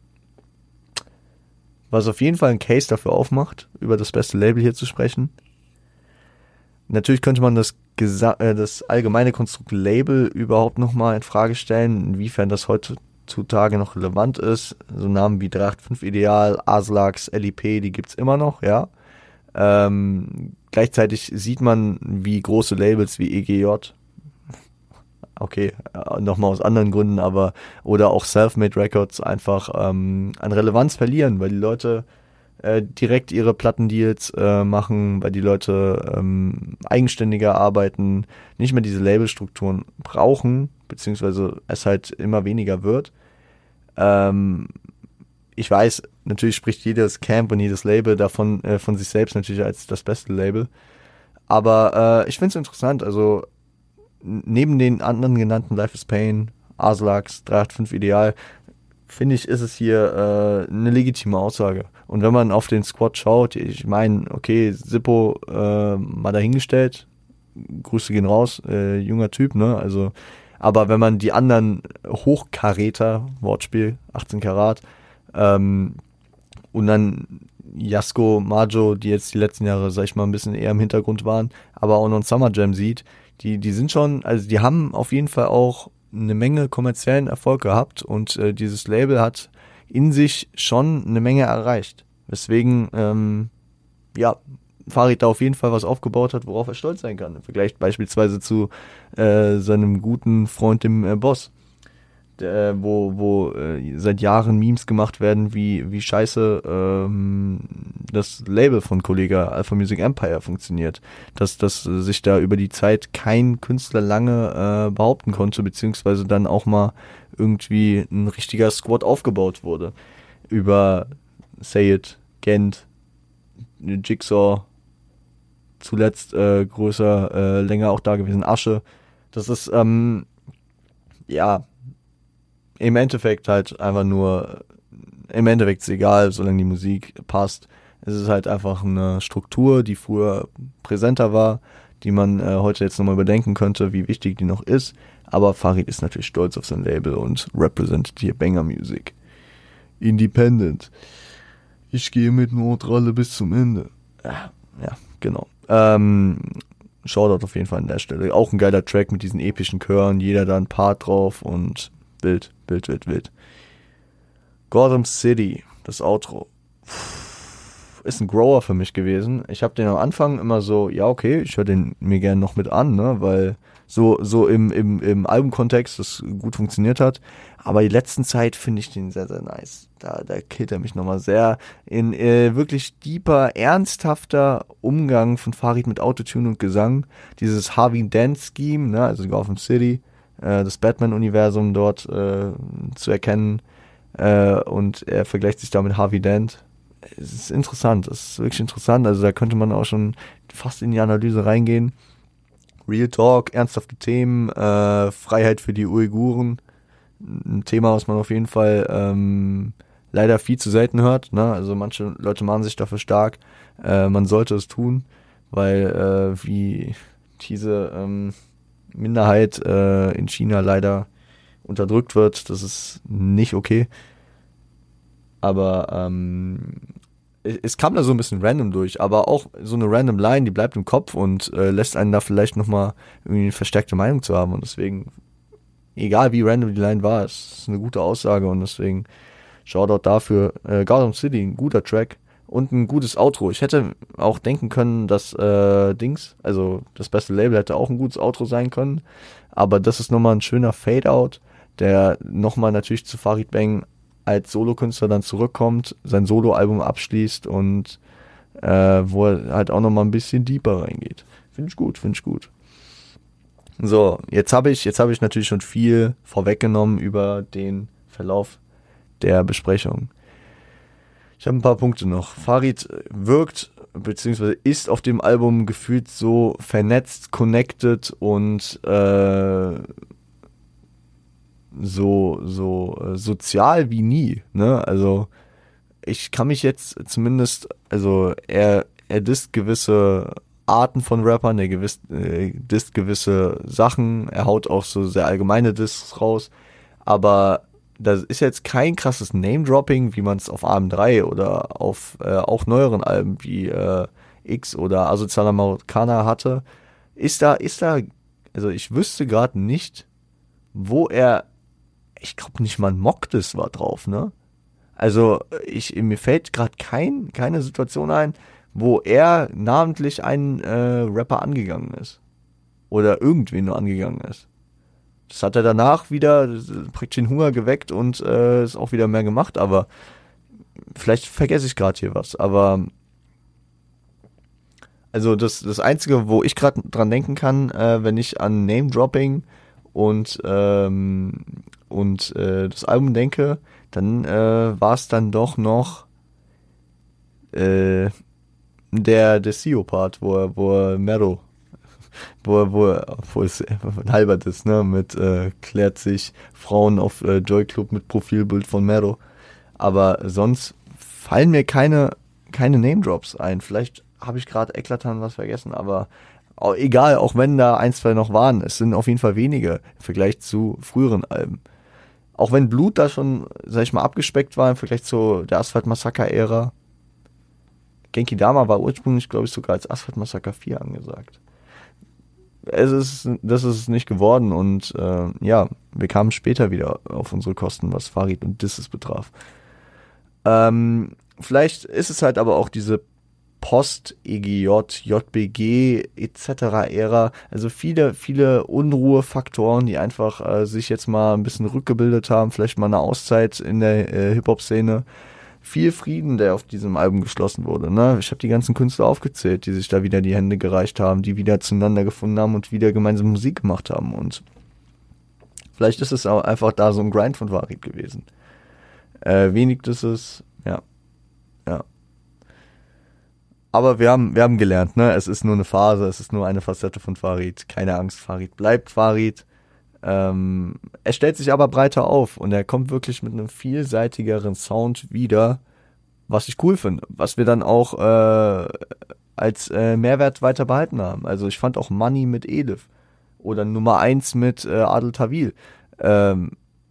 was auf jeden Fall einen Case dafür aufmacht, über das beste Label hier zu sprechen. Natürlich könnte man das, Gesa- äh, das allgemeine Konstrukt Label überhaupt nochmal in Frage stellen, inwiefern das heutzutage noch relevant ist. So Namen wie drei acht fünf Ideal, Aslax, L I P, die gibt's immer noch, ja. Ähm, gleichzeitig sieht man, wie große Labels wie E G J, okay, nochmal aus anderen Gründen, aber oder auch Selfmade Records einfach ähm, an Relevanz verlieren, weil die Leute äh, direkt ihre Plattendeals äh, machen, weil die Leute ähm, eigenständiger arbeiten, nicht mehr diese Labelstrukturen brauchen, beziehungsweise es halt immer weniger wird. Ähm, ich weiß, natürlich spricht jedes Camp und jedes Label davon äh, von sich selbst natürlich als das beste Label. Aber äh, ich finde es interessant. Also n- neben den anderen genannten Life is Pain, Aslax, drei acht fünf Ideal, finde ich, ist es hier äh, eine legitime Aussage. Und wenn man auf den Squad schaut, ich meine, okay, Sippo äh, mal dahingestellt, Grüße gehen raus, äh, junger Typ, ne? Also, aber wenn man die anderen Hochkaräter, Wortspiel, achtzehn Karat, Ähm, und dann Yasko, Majo, die jetzt die letzten Jahre, sag ich mal, ein bisschen eher im Hintergrund waren, aber auch noch ein Summer Jam sieht, die, die sind schon, also die haben auf jeden Fall auch eine Menge kommerziellen Erfolg gehabt und äh, dieses Label hat in sich schon eine Menge erreicht. Weswegen, ähm, ja, Farid da auf jeden Fall was aufgebaut hat, worauf er stolz sein kann. Im Vergleich beispielsweise zu äh, seinem guten Freund, dem äh, Boss. Äh, wo, wo äh, seit Jahren Memes gemacht werden, wie, wie scheiße ähm, das Label von Kollega Alpha Music Empire funktioniert. Dass, dass sich da über die Zeit kein Künstler lange äh, behaupten konnte, beziehungsweise dann auch mal irgendwie ein richtiger Squad aufgebaut wurde. Über Say It, Gent, Jigsaw, zuletzt äh, größer, äh, länger auch da gewesen, Asche. Das ist, ähm, ja, im Endeffekt halt einfach nur, im Endeffekt ist egal, solange die Musik passt. Es ist halt einfach eine Struktur, die früher präsenter war, die man äh, heute jetzt nochmal überdenken könnte, wie wichtig die noch ist. Aber Farid ist natürlich stolz auf sein Label und representet hier Banger Music. Independent. Ich gehe mit Notralle bis zum Ende. Ja, ja, genau. Ähm, Shoutout auf jeden Fall an der Stelle. Auch ein geiler Track mit diesen epischen Chören, jeder da ein Part drauf und wild, wild, wild, wild. Gotham City, das Outro. ist ein Grower für mich gewesen. Ich habe den am Anfang immer so, ja okay, ich höre den mir gerne noch mit an, ne, weil so so im im im Albumkontext das gut funktioniert hat. Aber die letzten Zeit finde ich den sehr sehr nice. Da da killt er mich nochmal sehr in äh, wirklich deeper, ernsthafter Umgang von Farid mit Autotune und Gesang. Dieses Harvey Dent Scheme, ne, also Gotham City, äh, das Batman-Universum dort äh, zu erkennen. Äh, und er vergleicht sich da mit Harvey Dent. Es ist interessant, es ist wirklich interessant. Also da könnte man auch schon fast in die Analyse reingehen. Real Talk, ernsthafte Themen, äh, Freiheit für die Uiguren. Ein Thema, was man auf jeden Fall ähm, leider viel zu selten hört. Ne? Also manche Leute machen sich dafür stark. Äh, man sollte es tun, weil äh, wie diese ähm, Minderheit äh, in China leider unterdrückt wird, das ist nicht okay. Aber ähm, es kam da so ein bisschen random durch, aber auch so eine random Line, die bleibt im Kopf und äh, lässt einen da vielleicht nochmal irgendwie eine verstärkte Meinung zu haben. Und deswegen, egal wie random die Line war, es ist eine gute Aussage und deswegen Shoutout dafür. Äh, Gotham City, ein guter Track und ein gutes Outro. Ich hätte auch denken können, dass äh, Dings, also das beste Label hätte auch ein gutes Outro sein können, aber das ist nochmal ein schöner Fade-Out, der nochmal natürlich zu Farid Bang als Solokünstler dann zurückkommt, sein Soloalbum abschließt und äh, wo er halt auch nochmal ein bisschen deeper reingeht. Finde ich gut, finde ich gut. So, jetzt habe ich, jetzt habe ich natürlich schon viel vorweggenommen über den Verlauf der Besprechung. Ich habe ein paar Punkte noch. Farid wirkt beziehungsweise ist auf dem Album gefühlt so vernetzt, connected und äh, so so äh, sozial wie nie, ne? Also ich kann mich jetzt zumindest, also er er disst gewisse Arten von Rappern, er gewiss, äh, disst gewisse Sachen, er haut auch so sehr allgemeine Discs raus, aber das ist jetzt kein krasses Name-Dropping, wie man es auf A M drei oder auf äh, auch neueren Alben wie äh, X oder Asozialer Marokkaner hatte. Ist da, ist da, also ich wüsste gerade nicht, wo er, ich glaube nicht mal ein Mock-Diss war drauf, ne? Also ich, mir fällt gerade kein, keine Situation ein, wo er namentlich einen äh, Rapper angegangen ist. Oder irgendwen nur angegangen ist. Das hat er danach wieder praktisch den Hunger geweckt und äh, ist auch wieder mehr gemacht, aber vielleicht vergesse ich gerade hier was, aber also das, das Einzige, wo ich gerade dran denken kann, äh, wenn ich an Name-Dropping und ähm, und äh, das Album denke, dann äh, war es dann doch noch äh, der der C E O-Part, wo er, wo er Mero, wo er, wo er, wo es ein halber ist, ne, mit äh, klärt sich Frauen auf äh, Joy Club mit Profilbild von Mero, aber sonst fallen mir keine keine Name-Drops ein. Vielleicht habe ich gerade eklatant was vergessen, aber auch, egal, auch wenn da ein, zwei noch waren, es sind auf jeden Fall wenige im Vergleich zu früheren Alben. Auch wenn Blut da schon, sag ich mal, abgespeckt war im Vergleich zu der Asphalt-Massaker-Ära. Genki Dama war ursprünglich, glaube ich, sogar als Asphalt-Massaker vier angesagt. Es ist, das ist es nicht geworden und äh, ja, wir kamen später wieder auf unsere Kosten, was Farid und Disses betraf. Ähm, vielleicht ist es halt aber auch diese Post-E G J, J B G et cetera Ära, also viele, viele Unruhefaktoren, die einfach äh, sich jetzt mal ein bisschen rückgebildet haben, vielleicht mal eine Auszeit in der äh, Hip-Hop-Szene. Viel Frieden, der auf diesem Album geschlossen wurde. Ne? Ich habe die ganzen Künstler aufgezählt, die sich da wieder die Hände gereicht haben, die wieder zueinander gefunden haben und wieder gemeinsam Musik gemacht haben. Und vielleicht ist es auch einfach da so ein Grind von Farid gewesen. Äh, wenig ist es, ja, ja. Aber wir haben, wir haben gelernt, ne? Es ist nur eine Phase, es ist nur eine Facette von Farid. Keine Angst, Farid bleibt Farid. Ähm, er stellt sich aber breiter auf und er kommt wirklich mit einem vielseitigeren Sound wieder, was ich cool finde, was wir dann auch äh, als äh, Mehrwert weiter behalten haben. Also ich fand auch Money mit Elif oder Nummer eins mit äh, Adel Tawil. Ähm,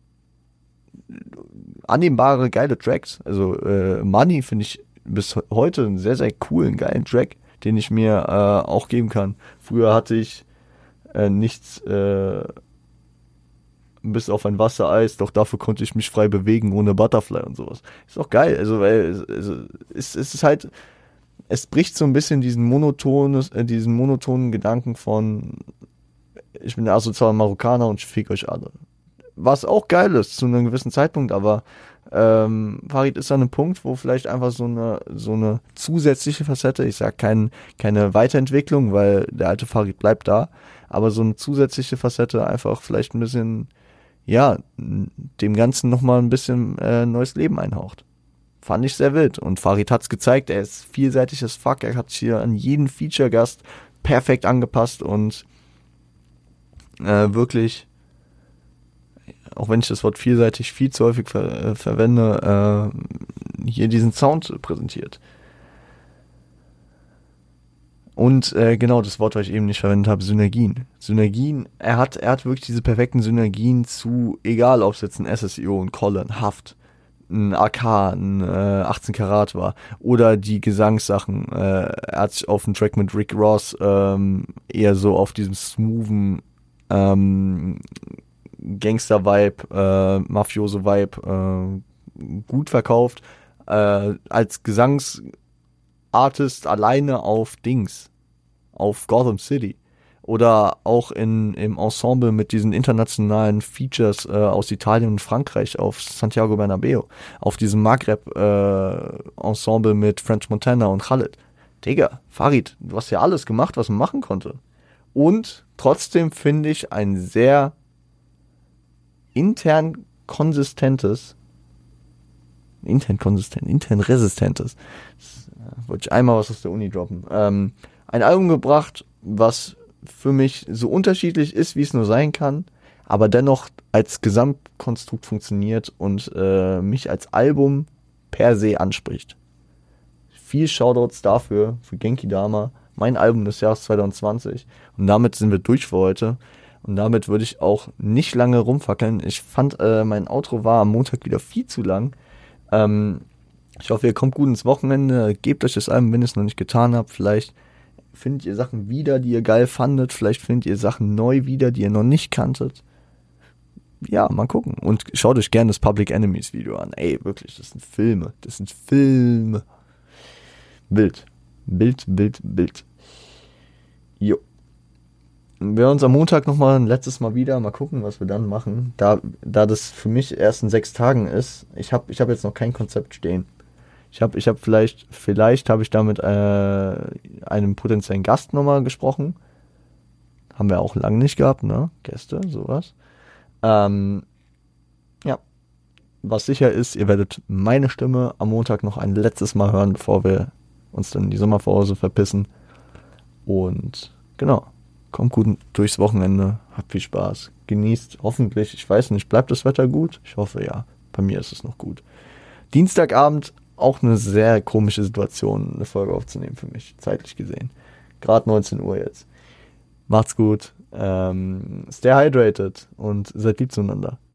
annehmbare, geile Tracks. Also äh, Money finde ich bis heute einen sehr, sehr coolen, geilen Track, den ich mir äh, auch geben kann. Früher hatte ich äh, nichts äh, bis auf ein Wassereis, doch dafür konnte ich mich frei bewegen ohne Butterfly und sowas. Ist auch geil, also weil es, es ist halt es bricht so ein bisschen diesen monotones, äh, diesen monotonen Gedanken von, ich bin der asoziale Marokkaner und ich fick euch alle. Was auch geil ist zu einem gewissen Zeitpunkt, aber ähm, Farid ist an einem Punkt, wo vielleicht einfach so eine so eine zusätzliche Facette, ich sag kein, keine Weiterentwicklung, weil der alte Farid bleibt da, aber so eine zusätzliche Facette einfach vielleicht ein bisschen, ja, dem Ganzen nochmal ein bisschen äh, neues Leben einhaucht. Fand ich sehr wild. Und Farid hat's gezeigt, er ist vielseitig as fuck, er hat sich hier an jeden Feature-Gast perfekt angepasst und äh, wirklich, auch wenn ich das Wort vielseitig viel zu häufig ver- äh, verwende, äh, hier diesen Sound präsentiert. Und äh, genau, das Wort, was ich eben nicht verwendet habe, Synergien. Synergien, er hat, er hat wirklich diese perfekten Synergien zu, egal ob es jetzt ein S S I O, ein Colin, Haft, ein A K, ein äh, achtzehn Karat war, oder die Gesangssachen. Äh, er hat sich auf den Track mit Rick Ross ähm, eher so auf diesem smoothen ähm, Gangster-Vibe, äh, Mafioso-Vibe äh, gut verkauft. Äh, als Gesangsartist alleine auf Dings, auf Gotham City. Oder auch in, im Ensemble mit diesen internationalen Features äh, aus Italien und Frankreich auf Santiago Bernabeo. Auf diesem Maghreb-Ensemble äh, mit French Montana und Khaled. Digga, Farid, du hast ja alles gemacht, was man machen konnte. Und trotzdem finde ich ein sehr intern konsistentes, intern konsistent, intern resistentes, das, äh, wollte ich einmal was aus der Uni droppen, ähm, ein Album gebracht, was für mich so unterschiedlich ist, wie es nur sein kann, aber dennoch als Gesamtkonstrukt funktioniert und äh, mich als Album per se anspricht. Viel Shoutouts dafür, für Genki Dama, mein Album des Jahres zwanzig zwanzig. Und damit sind wir durch für heute. Und damit würde ich auch nicht lange rumfackeln. Ich fand, äh, mein Outro war am Montag wieder viel zu lang. Ähm, ich hoffe, ihr kommt gut ins Wochenende. Gebt euch das Album, wenn ihr es noch nicht getan habt. Vielleicht findet ihr Sachen wieder, die ihr geil fandet. Vielleicht findet ihr Sachen neu wieder, die ihr noch nicht kanntet. Ja, mal gucken. Und schaut euch gerne das Public Enemies Video an. Ey, wirklich, das sind Filme. Das sind Filme. Bild. Bild, Bild, Bild. Jo. Wir hören uns am Montag nochmal ein letztes Mal wieder. Mal gucken, was wir dann machen. Da, da das für mich erst in sechs Tagen ist, ich habe ich hab jetzt noch kein Konzept stehen. Ich habe ich hab vielleicht, vielleicht habe ich da mit äh, einem potenziellen Gast nochmal gesprochen. Haben wir auch lange nicht gehabt, ne? Gäste, sowas. Ähm, ja. Was sicher ist, ihr werdet meine Stimme am Montag noch ein letztes Mal hören, bevor wir uns dann in die Sommerpause verpissen. Und genau. Kommt gut durchs Wochenende, habt viel Spaß, genießt hoffentlich, ich weiß nicht, bleibt das Wetter gut? Ich hoffe ja, bei mir ist es noch gut. Dienstagabend auch eine sehr komische Situation, eine Folge aufzunehmen für mich, zeitlich gesehen. Gerade neunzehn Uhr jetzt. Macht's gut, ähm, stay hydrated und seid lieb zueinander.